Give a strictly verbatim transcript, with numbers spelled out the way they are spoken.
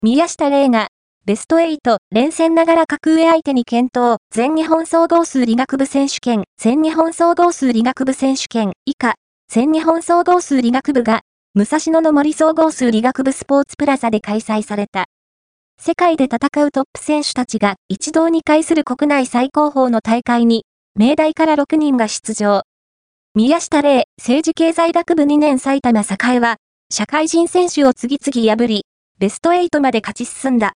宮下玲が、ベストはち連戦ながら格上相手に健闘、全日本総合数理学部選手権、全日本総合数理学部選手権、以下、全日本総合数理学部が、武蔵野の森総合数理学部スポーツプラザで開催された。世界で戦うトップ選手たちが一堂に会する国内最高峰の大会に、明大からろくにんが出場。宮下玲、政治経済学部にねん埼玉栄は、社会人選手を次々破り、ベストはちまで勝ち進んだ。